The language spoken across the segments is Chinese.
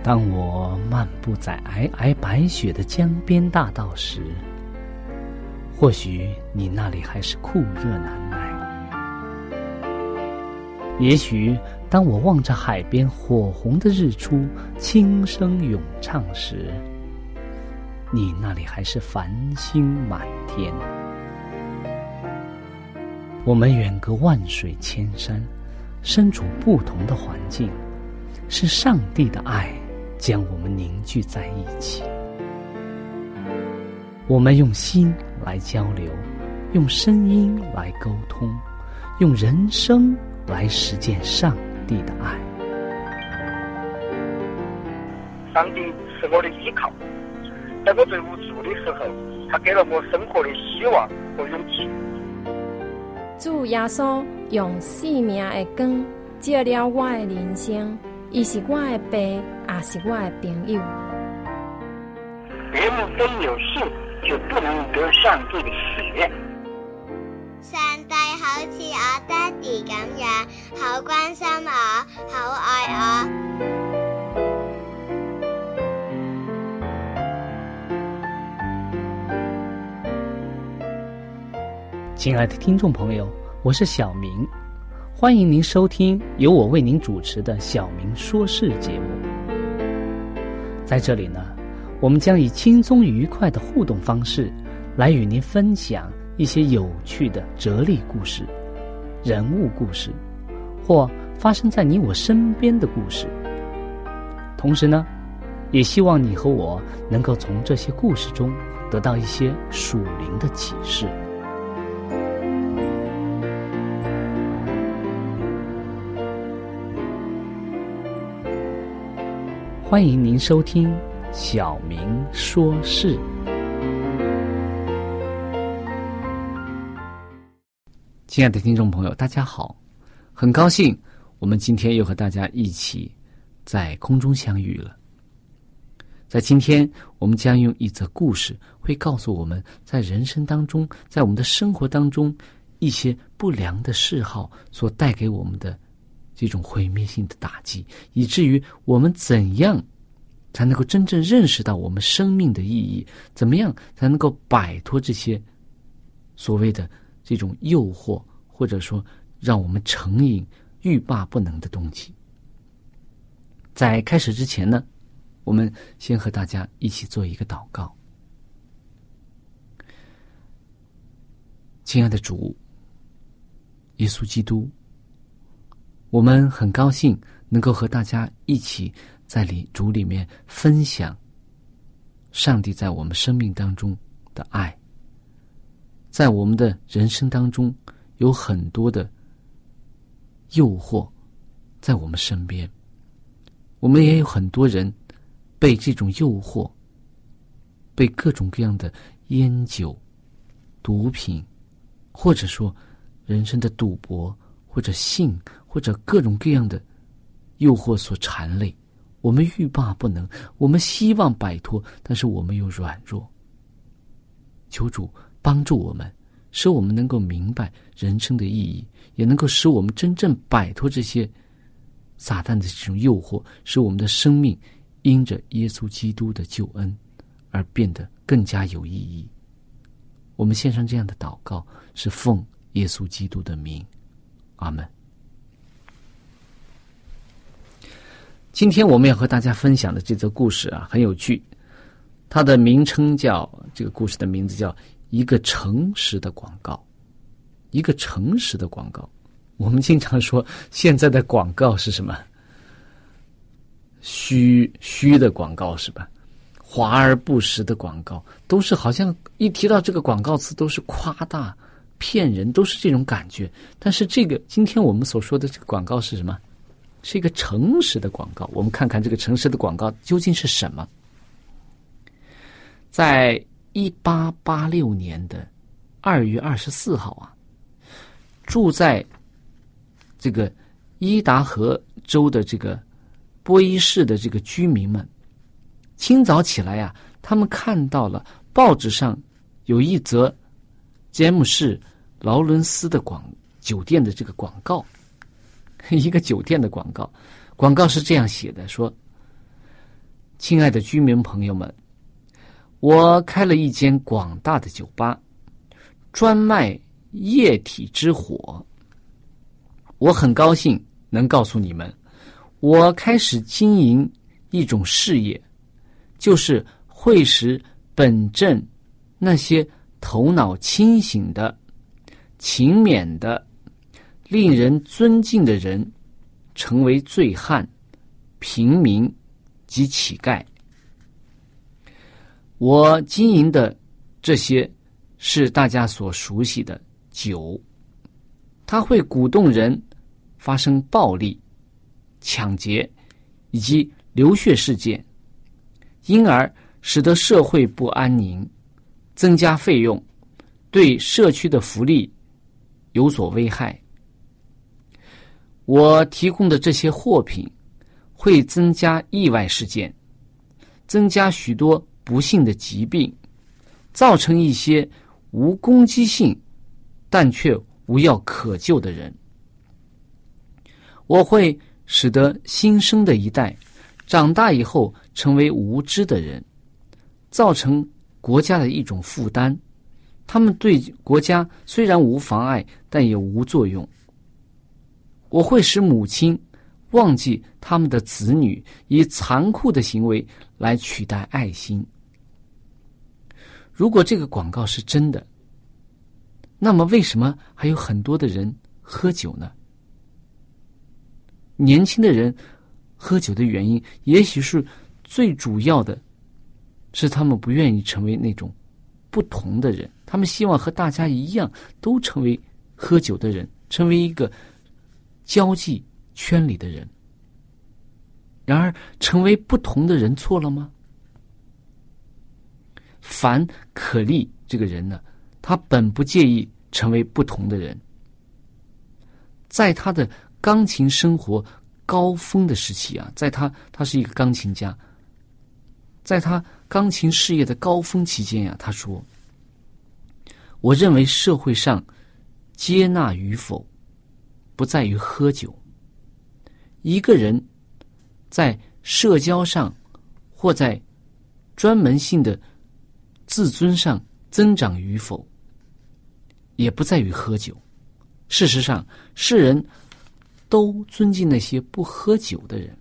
当我漫步在皑皑白雪的江边大道时，或许你那里还是酷热难耐。也许当我望着海边火红的日出轻声咏唱时，你那里还是繁星满天。我们远隔万水千山，身处不同的环境，是上帝的爱将我们凝聚在一起。我们用心来交流，用声音来沟通，用人生来实践上帝的爱。 上帝是我的依靠，在我最无助的时候，他给了我生活的希望和勇气。 主耶稣用生命的光照了我的人生，伊是我的爸，也是我的朋友。 别人非有信，就不能得上帝的喜悦。 上帝好似我爹哋咁樣，好關心我，好愛我。 亲爱的听众朋友，我是小明，欢迎您收听由我为您主持的小明说事节目。在这里呢，我们将以轻松愉快的互动方式来与您分享一些有趣的哲理故事、人物故事，或发生在你我身边的故事。同时呢，也希望你和我能够从这些故事中得到一些属灵的启示。欢迎您收听小明说事。亲爱的听众朋友，大家好，很高兴我们今天又和大家一起在空中相遇了。在今天，我们将用一则故事会告诉我们在人生当中，在我们的生活当中，一些不良的嗜好所带给我们的这种毁灭性的打击，以至于我们怎样才能够真正认识到我们生命的意义，怎么样才能够摆脱这些所谓的这种诱惑，或者说让我们成瘾欲罢不能的东西。在开始之前呢，我们先和大家一起做一个祷告。亲爱的主耶稣基督，我们很高兴能够和大家一起在主里面分享上帝在我们生命当中的爱。在我们的人生当中，有很多的诱惑在我们身边，我们也有很多人被这种诱惑，被各种各样的烟酒、毒品，或者说人生的赌博，或者性，或者各种各样的诱惑所缠累。我们欲罢不能，我们希望摆脱，但是我们又软弱。求主帮助我们，使我们能够明白人生的意义，也能够使我们真正摆脱这些撒旦的这种诱惑，使我们的生命因着耶稣基督的救恩而变得更加有意义。我们献上这样的祷告，是奉耶稣基督的名，阿们。今天我们要和大家分享的这则故事啊，很有趣。它的名称这个故事的名字叫一个诚实的广告。一个诚实的广告。我们经常说现在的广告是什么？虚的广告是吧？华而不实的广告，都是好像一提到这个广告词都是夸大骗人，都是这种感觉。但是今天我们所说的这个广告是什么？是一个诚实的广告。我们看看这个诚实的广告究竟是什么。在1886年的2月24号啊，住在这个伊达河州的这个波伊市的这个居民们，清早起来啊，他们看到了报纸上有一则詹姆士劳伦斯的酒店的这个广告，一个酒店的广告。广告是这样写的，说亲爱的居民朋友们，我开了一间广大的酒吧，专卖液体之火。我很高兴能告诉你们，我开始经营一种事业，就是会使本镇那些头脑清醒的、勤勉的、令人尊敬的人成为醉汉、平民及乞丐。我经营的这些是大家所熟悉的酒，它会鼓动人发生暴力、抢劫以及流血事件，因而使得社会不安宁，增加费用，对社区的福利有所危害。我提供的这些货品会增加意外事件，增加许多不幸的疾病，造成一些无攻击性但却无药可救的人。我会使得新生的一代长大以后成为无知的人，造成国家的一种负担。他们对国家虽然无妨碍，但也无作用。我会使母亲忘记他们的子女，以残酷的行为来取代爱心。如果这个广告是真的，那么为什么还有很多的人喝酒呢？年轻的人喝酒的原因，也许是最主要的是他们不愿意成为那种不同的人，他们希望和大家一样都成为喝酒的人，成为一个交际圈里的人。然而成为不同的人错了吗？凡可利这个人呢，他本不介意成为不同的人。在他的钢琴生活高峰的时期啊，他是一个钢琴家，在他钢琴事业的高峰期间啊，他说：我认为社会上接纳与否不在于喝酒，一个人在社交上或在专门性的自尊上增长与否，也不在于喝酒。事实上，世人都尊敬那些不喝酒的人。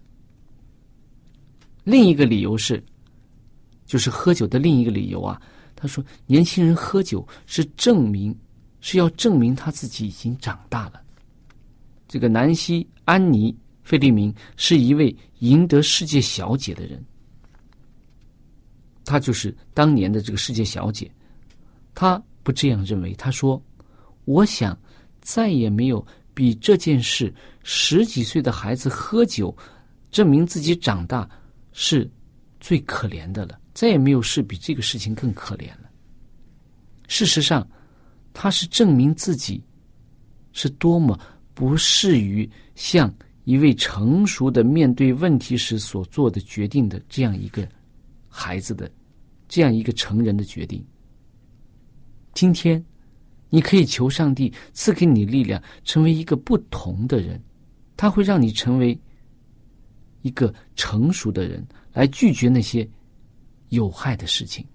另一个理由就是喝酒的另一个理由啊，他说年轻人喝酒是要证明他自己已经长大了。这个南希·安妮·费利明是一位赢得世界小姐的人，她就是当年的这个世界小姐。她不这样认为，她说：我想再也没有比这件事10几岁的孩子喝酒证明自己长大是最可怜的了，再也没有事比这个事情更可怜了。事实上，他是证明自己是多么不适于像一位成熟的面对问题时所做的决定的这样一个孩子的这样一个成人的决定。今天你可以求上帝赐给你力量，成为一个不同的人，他会让你成为一个成熟的人，来拒绝那些有害的事情。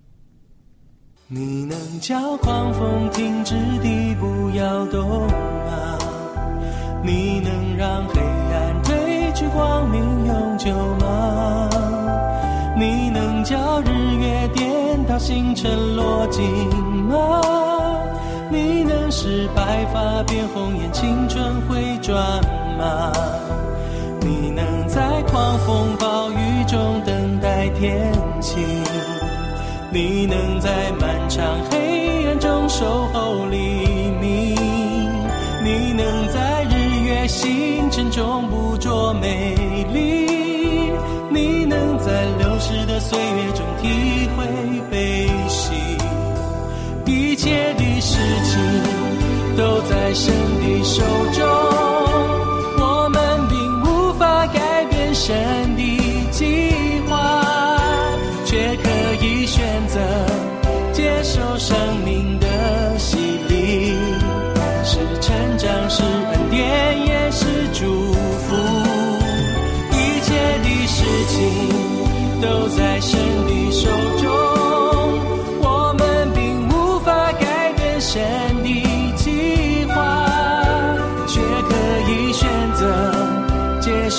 你能叫狂风停止地不要动吗？你能让黑暗褪去光明永久吗？你能叫日月颠倒星辰落尽吗？你能使白发变红颜青春回转吗？你能在狂风暴雨中等待天晴？你能在漫长黑暗中守候黎明？你能在日月星辰中捕捉美丽？你能在流逝的岁月中体会悲喜？一切的事情都在神的手中，我们并无法改变神的计划，却可以选择接受生命的洗礼，是成长，是恩典，也是祝福。一切的事情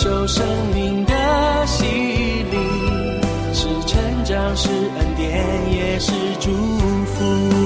受生命的洗礼，是成长，是恩典，也是祝福。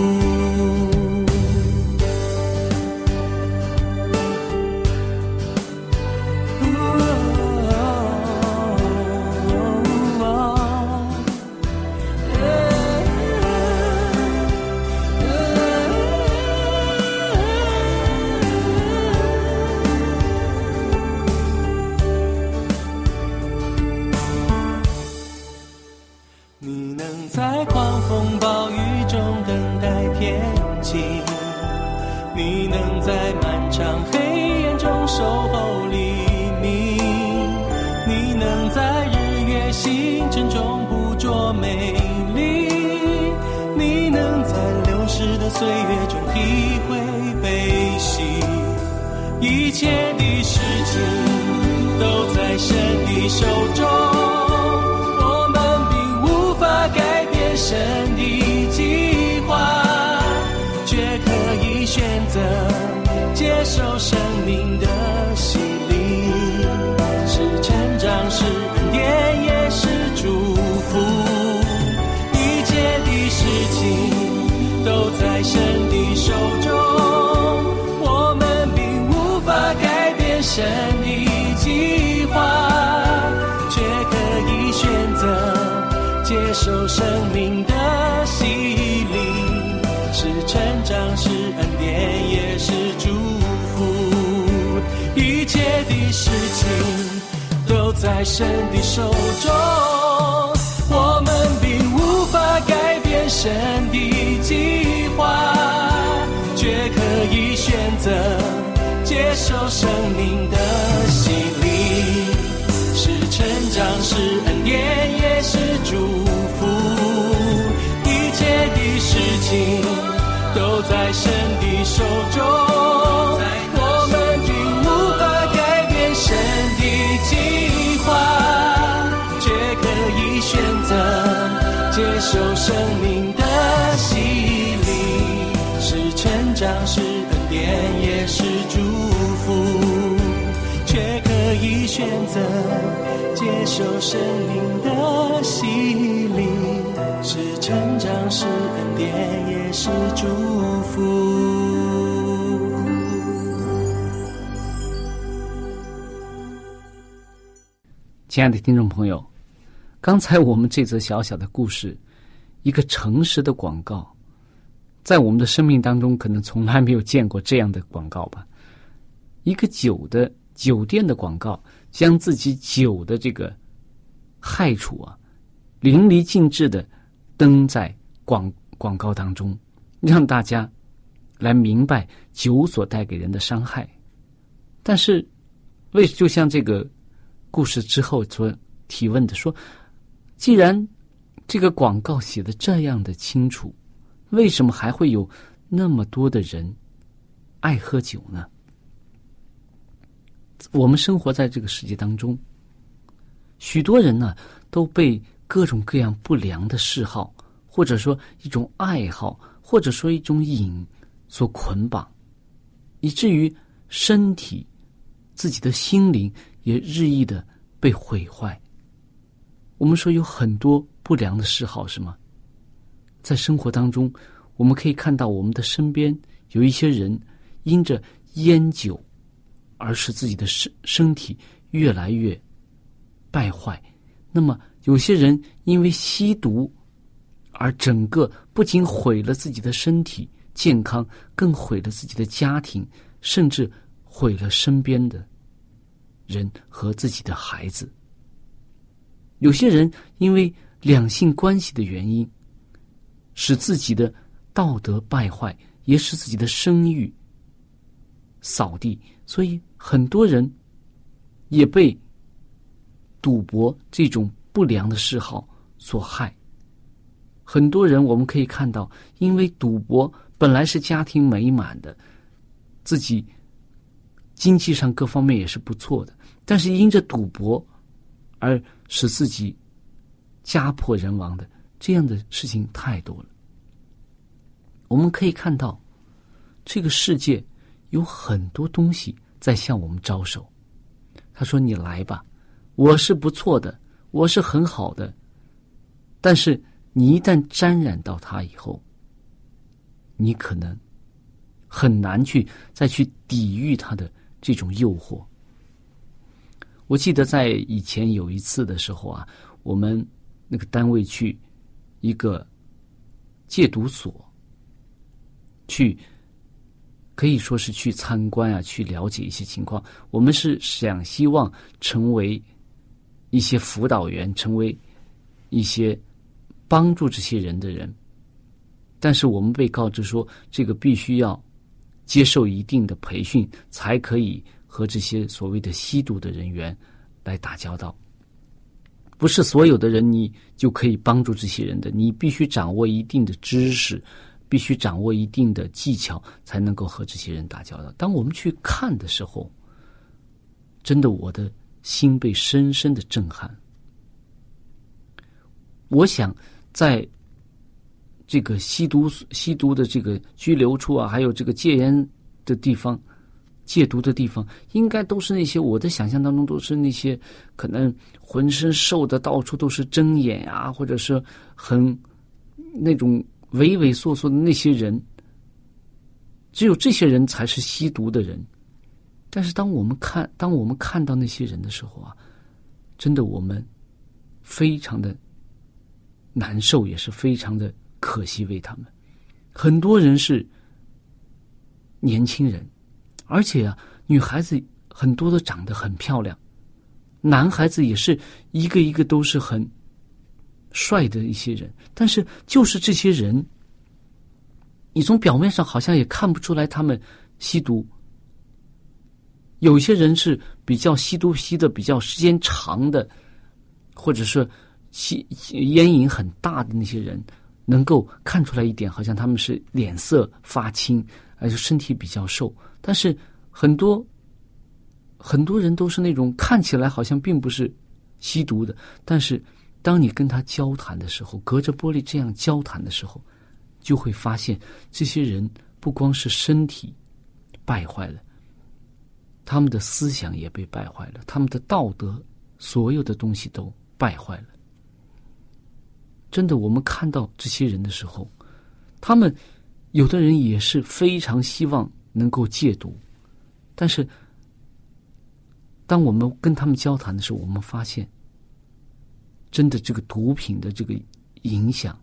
在狂风暴雨中等待天晴，你能在漫长黑暗中守候黎明，你能在日月星辰中捕捉美丽，你能在流逝的岁月中体会悲喜，一切的事情都在神的手中，神的计划，却可以选择接受生命的洗礼，是成长，是恩典，也是祝福。一切的事情都在神的手中，我们并无法改变神的计划，却可以选择接受生命的洗礼，是成长，是恩典，也是祝福。一切的事情都在神的手中，我们并无法改变神的计划，却可以选择接受生命的洗礼，是成长，是恩典，也是祝福。一切的事情都在神的手中，我们并无法改变神的计划，却可以选择接受生命的洗礼，是成长，是恩典，也是祝福，却可以选择接受生命的洗礼，是成长，是恩典，也是祝福。 亲爱的听众朋友，刚才我们这则小小的故事，一个诚实的广告，在我们的生命当中可能从来没有见过这样的广告吧。一个酒店的广告，将自己酒的这个害处淋漓尽致的登在广告当中，让大家来明白酒所带给人的伤害。但是就像这个故事之后所提问的说，既然这个广告写得这样的清楚，为什么还会有那么多的人爱喝酒呢？我们生活在这个世界当中，许多人呢都被各种各样不良的嗜好，或者说一种爱好，或者说一种瘾所捆绑，以至于身体自己的心灵也日益的被毁坏。我们说有很多不良的嗜好是吗？在生活当中，我们可以看到我们的身边有一些人因着烟酒而使自己的身体越来越败坏。那么有些人因为吸毒而整个不仅毁了自己的身体健康，更毁了自己的家庭，甚至毁了身边的人和自己的孩子。有些人因为两性关系的原因，使自己的道德败坏，也使自己的声誉扫地，所以很多人也被赌博这种不良的嗜好所害。很多人我们可以看到，因为赌博本来是家庭美满的，自己经济上各方面也是不错的，但是因着赌博而使自己家破人亡的，这样的事情太多了。我们可以看到这个世界有很多东西在向我们招手， 他说你来吧，我是不错的，我是很好的，但是你一旦沾染到他以后，你可能很难再去抵御他的这种诱惑。我记得在以前有一次的时候啊，我们那个单位去一个戒毒所，可以说是去参观啊，去了解一些情况。我们是希望成为一些辅导员，成为一些帮助这些人的人，但是我们被告知说，这个必须要接受一定的培训，才可以和这些所谓的吸毒的人员来打交道。不是所有的人你就可以帮助这些人的，你必须掌握一定的知识，必须掌握一定的技巧，才能够和这些人打交道。当我们去看的时候，真的我的心被深深的震撼。我想在这个吸毒的这个拘留处啊，还有这个戒烟的地方，戒毒的地方，应该都是那些，我的想象当中都是那些可能浑身瘦的到处都是针眼啊，或者是很那种畏畏缩缩的那些人，只有这些人才是吸毒的人。但是当我们看到那些人的时候啊，真的我们非常的难受，也是非常的可惜为他们。很多人是年轻人，而且啊，女孩子很多都长得很漂亮，男孩子也是一个一个都是很帅的一些人，但是就是这些人，你从表面上好像也看不出来他们吸毒。有些人是比较吸毒吸的比较时间长的，或者是烟瘾很大的那些人，能够看出来一点，好像他们是脸色发青，而且身体比较瘦。但是很多人都是那种看起来好像并不是吸毒的，但是当你跟他交谈的时候，隔着玻璃这样交谈的时候，就会发现这些人不光是身体败坏了，他们的思想也被败坏了，他们的道德所有的东西都败坏了。真的，我们看到这些人的时候，他们有的人也是非常希望能够戒毒，但是当我们跟他们交谈的时候，我们发现真的这个毒品的这个影响，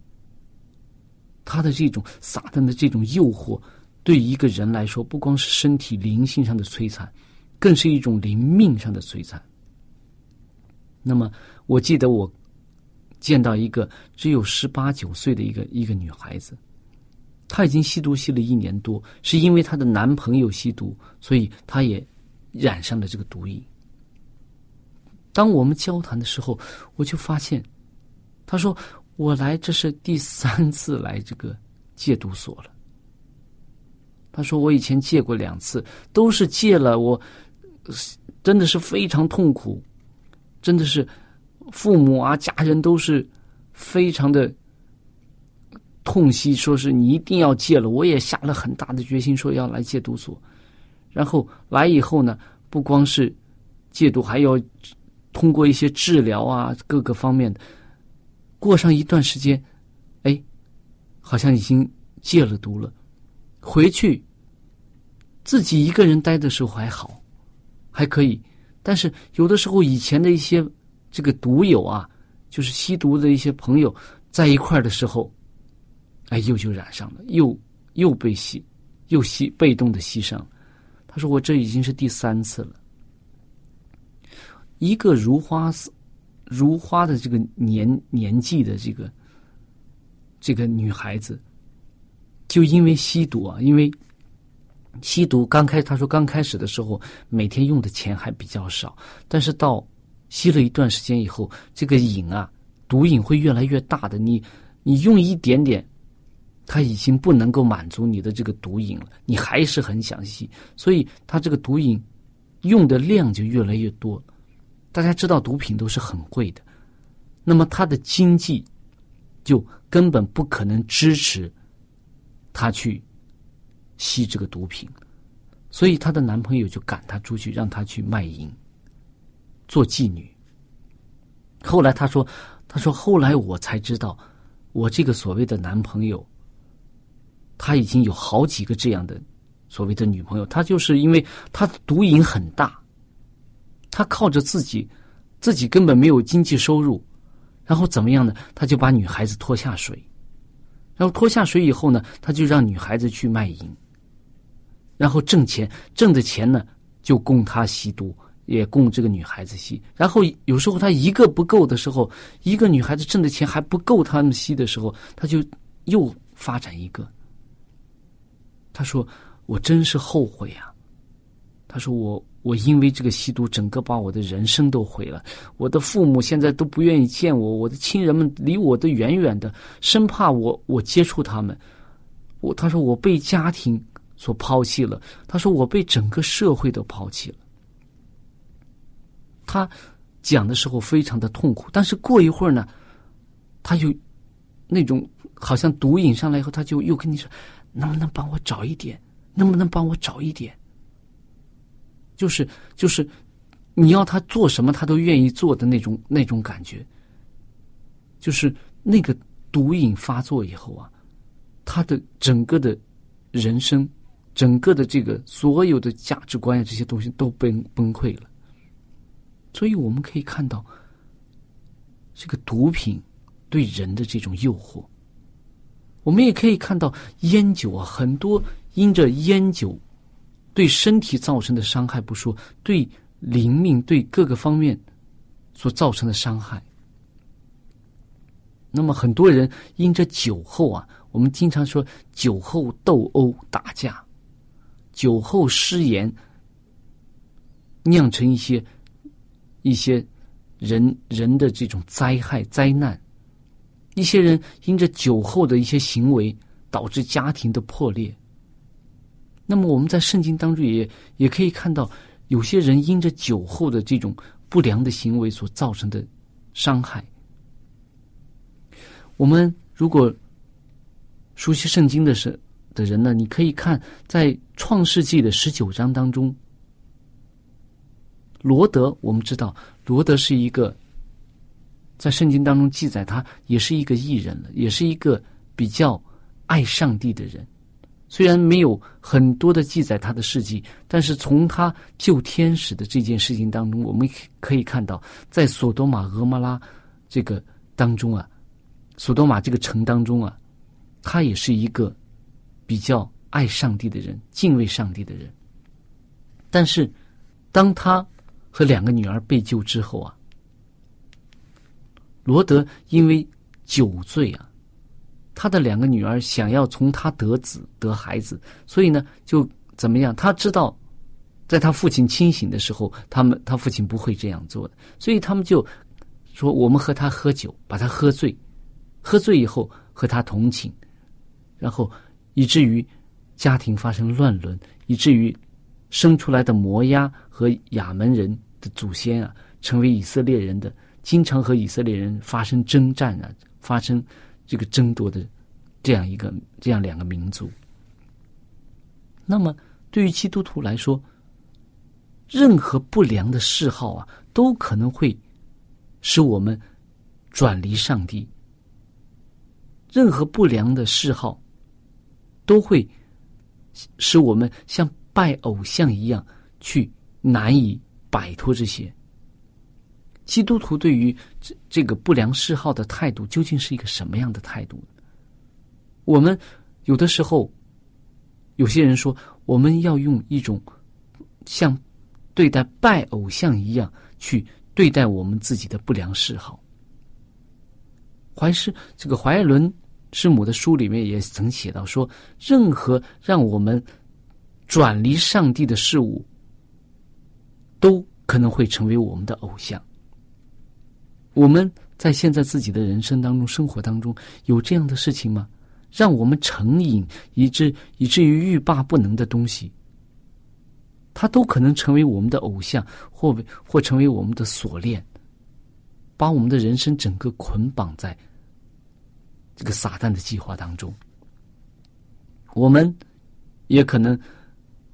他的这种撒旦的这种诱惑，对一个人来说，不光是身体灵性上的摧残，更是一种灵命上的摧残。那么我记得我见到一个只有18、19岁的一个女孩子，她已经吸毒吸了1年多，是因为她的男朋友吸毒，所以她也染上了这个毒瘾。当我们交谈的时候，我就发现，她说我来这是第3次来这个戒毒所了。她说我以前戒过2次，都是戒了，我真的是非常痛苦，真的是父母啊家人都是非常的痛惜，说是你一定要戒了。我也下了很大的决心说要来戒毒所，然后来以后呢，不光是戒毒，还要通过一些治疗啊各个方面的，过上一段时间，好像已经戒了毒了，回去自己一个人待的时候还好，还可以，但是有的时候以前的一些这个毒友啊，就是吸毒的一些朋友在一块的时候，又就染上了，又被被动的吸上。他说我这已经是第3次了。一个如花的这个年纪的这个女孩子，就因为吸毒啊，因为吸毒他说刚开始的时候每天用的钱还比较少，但是到吸了一段时间以后，这个瘾啊，毒瘾会越来越大的，你用一点点，它已经不能够满足你的这个毒瘾了，你还是很想吸，所以它这个毒瘾用的量就越来越多。大家知道毒品都是很贵的，那么它的经济就根本不可能支持她去吸这个毒品，所以她的男朋友就赶她出去，让她去卖淫， 做妓女。后来他说后来我才知道，我这个所谓的男朋友，他已经有好几个这样的所谓的女朋友。他就是因为他的毒瘾很大，他靠着自己根本没有经济收入，然后怎么样呢？他就把女孩子拖下水，然后拖下水以后呢，他就让女孩子去卖淫，然后挣的钱呢就供他吸毒，也供这个女孩子吸。然后有时候他一个不够的时候，一个女孩子挣的钱还不够他们吸的时候，他就又发展一个。他说我真是后悔啊，他说我因为这个吸毒整个把我的人生都毁了，我的父母现在都不愿意见我，我的亲人们离我的远远的，生怕我接触他们。他说我被家庭所抛弃了，他说我被整个社会都抛弃了。他讲的时候非常的痛苦，但是过一会儿呢，他就那种好像毒瘾上来以后，他就又跟你说，能不能帮我找一点，能不能帮我找一点，就是你要他做什么他都愿意做的那种感觉。就是那个毒瘾发作以后啊，他的整个的人生，整个的这个所有的价值观啊，这些东西都崩溃了。所以我们可以看到这个毒品对人的这种诱惑。我们也可以看到烟酒啊，很多因着烟酒对身体造成的伤害不说，对灵命对各个方面所造成的伤害。那么很多人因着酒后啊，我们经常说酒后斗殴打架，酒后失言，酿成一些人的这种灾害灾难。一些人因着酒后的一些行为导致家庭的破裂。那么我们在圣经当中也可以看到，有些人因着酒后的这种不良的行为所造成的伤害。我们如果熟悉圣经的人呢，你可以看在创世纪的19章当中，罗德，我们知道罗德是一个在圣经当中记载他也是一个义人了，也是一个比较爱上帝的人。虽然没有很多的记载他的事迹，但是从他救天使的这件事情当中，我们可以看到，在索多玛俄摩拉这个当中啊，索多玛这个城当中啊，他也是一个比较爱上帝的人，敬畏上帝的人。但是当他和2个女儿被救之后啊，罗德因为酒醉啊，他的2个女儿想要从他得孩子，所以呢就怎么样，他知道在他父亲清醒的时候，他父亲不会这样做的，所以他们就说我们和他喝酒，把他喝醉，喝醉以后和他同寝，然后以至于家庭发生乱伦，以至于生出来的摩押和亚门人的祖先啊，成为以色列人的，经常和以色列人发生征战啊，发生这个争夺的这样2个民族。那么对于基督徒来说，任何不良的嗜好啊，都可能会使我们转离上帝。任何不良的嗜好都会使我们像拜偶像一样去难以摆脱这些。基督徒对于这个不良嗜好的态度究竟是一个什么样的态度呢？我们有的时候，有些人说我们要用一种像对待拜偶像一样去对待我们自己的不良嗜好。这个怀爱伦师母的书里面也曾写到说，任何让我们转离上帝的事物都可能会成为我们的偶像。我们在现在自己的人生当中，生活当中有这样的事情吗？让我们成瘾以至于欲罢不能的东西，它都可能成为我们的偶像，或成为我们的锁链，把我们的人生整个捆绑在这个撒旦的计划当中。我们也可能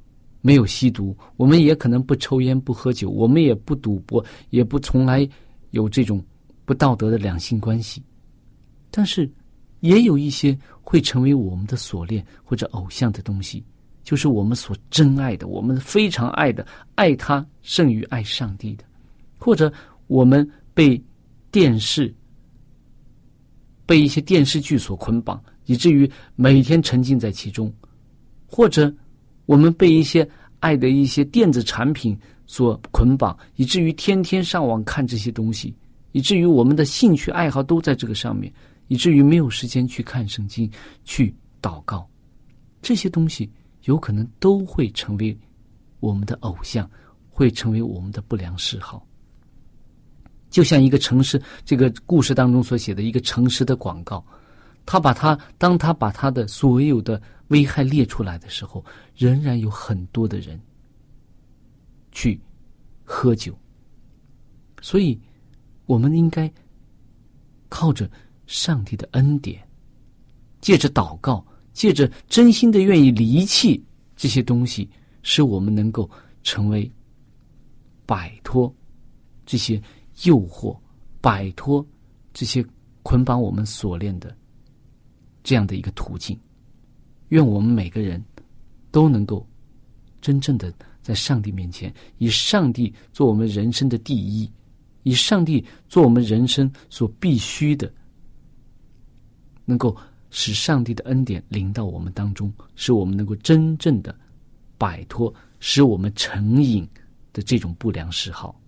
没有吸毒，我们也可能不抽烟不喝酒，我们也不赌博，也不从来有这种不道德的两性关系。但是也有一些会成为我们的锁链或者偶像的东西，就是我们所珍爱的，我们非常爱的，爱他胜于爱上帝的，或者我们被电视被一些电视剧所捆绑，以至于每天沉浸在其中，或者我们被一些爱的一些电子产品所捆绑，以至于天天上网看这些东西，以至于我们的兴趣爱好都在这个上面，以至于没有时间去看圣经，去祷告。这些东西有可能都会成为我们的偶像，会成为我们的不良嗜好。就像一个城市，这个故事当中所写的一个城市的广告，当他把他的所有的危害列出来的时候，仍然有很多的人去喝酒。所以我们应该靠着上帝的恩典，借着祷告，借着真心的愿意离弃这些东西，使我们能够成为摆脱这些诱惑，摆脱这些捆绑我们锁链的这样的一个途径。愿我们每个人都能够真正的在上帝面前，以上帝做我们人生的第一，以上帝做我们人生所必须的，能够使上帝的恩典临到我们当中，使我们能够真正的摆脱使我们成瘾的这种不良嗜好。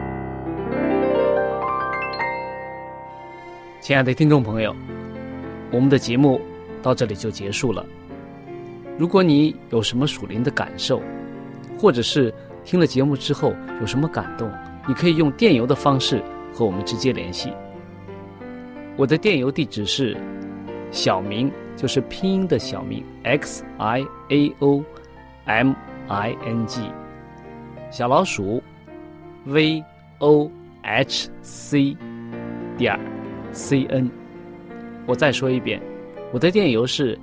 亲爱的听众朋友，我们的节目到这里就结束了。如果你有什么属灵的感受，或者是听了节目之后有什么感动，你可以用电邮的方式和我们直接联系。我的电邮地址是小明，就是拼音的小明 XIAOMING 小老鼠 VOHC.CN。 我再说一遍，我的电邮是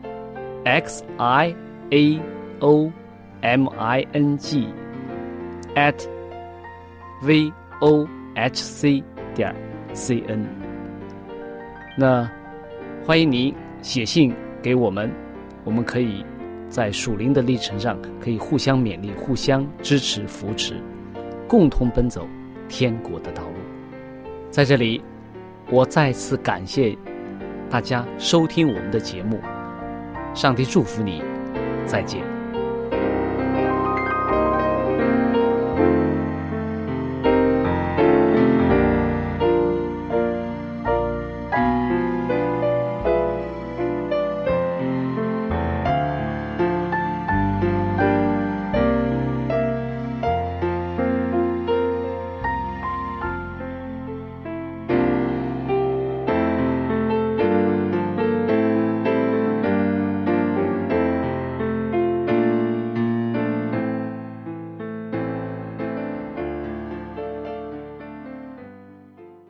XIAOMING@VOHC.CN。 那欢迎您写信给我们，我们可以在属灵的历程上可以互相勉励，互相支持扶持，共同奔走天国的道路。在这里我再次感谢大家收听我们的节目，上帝祝福你，再见。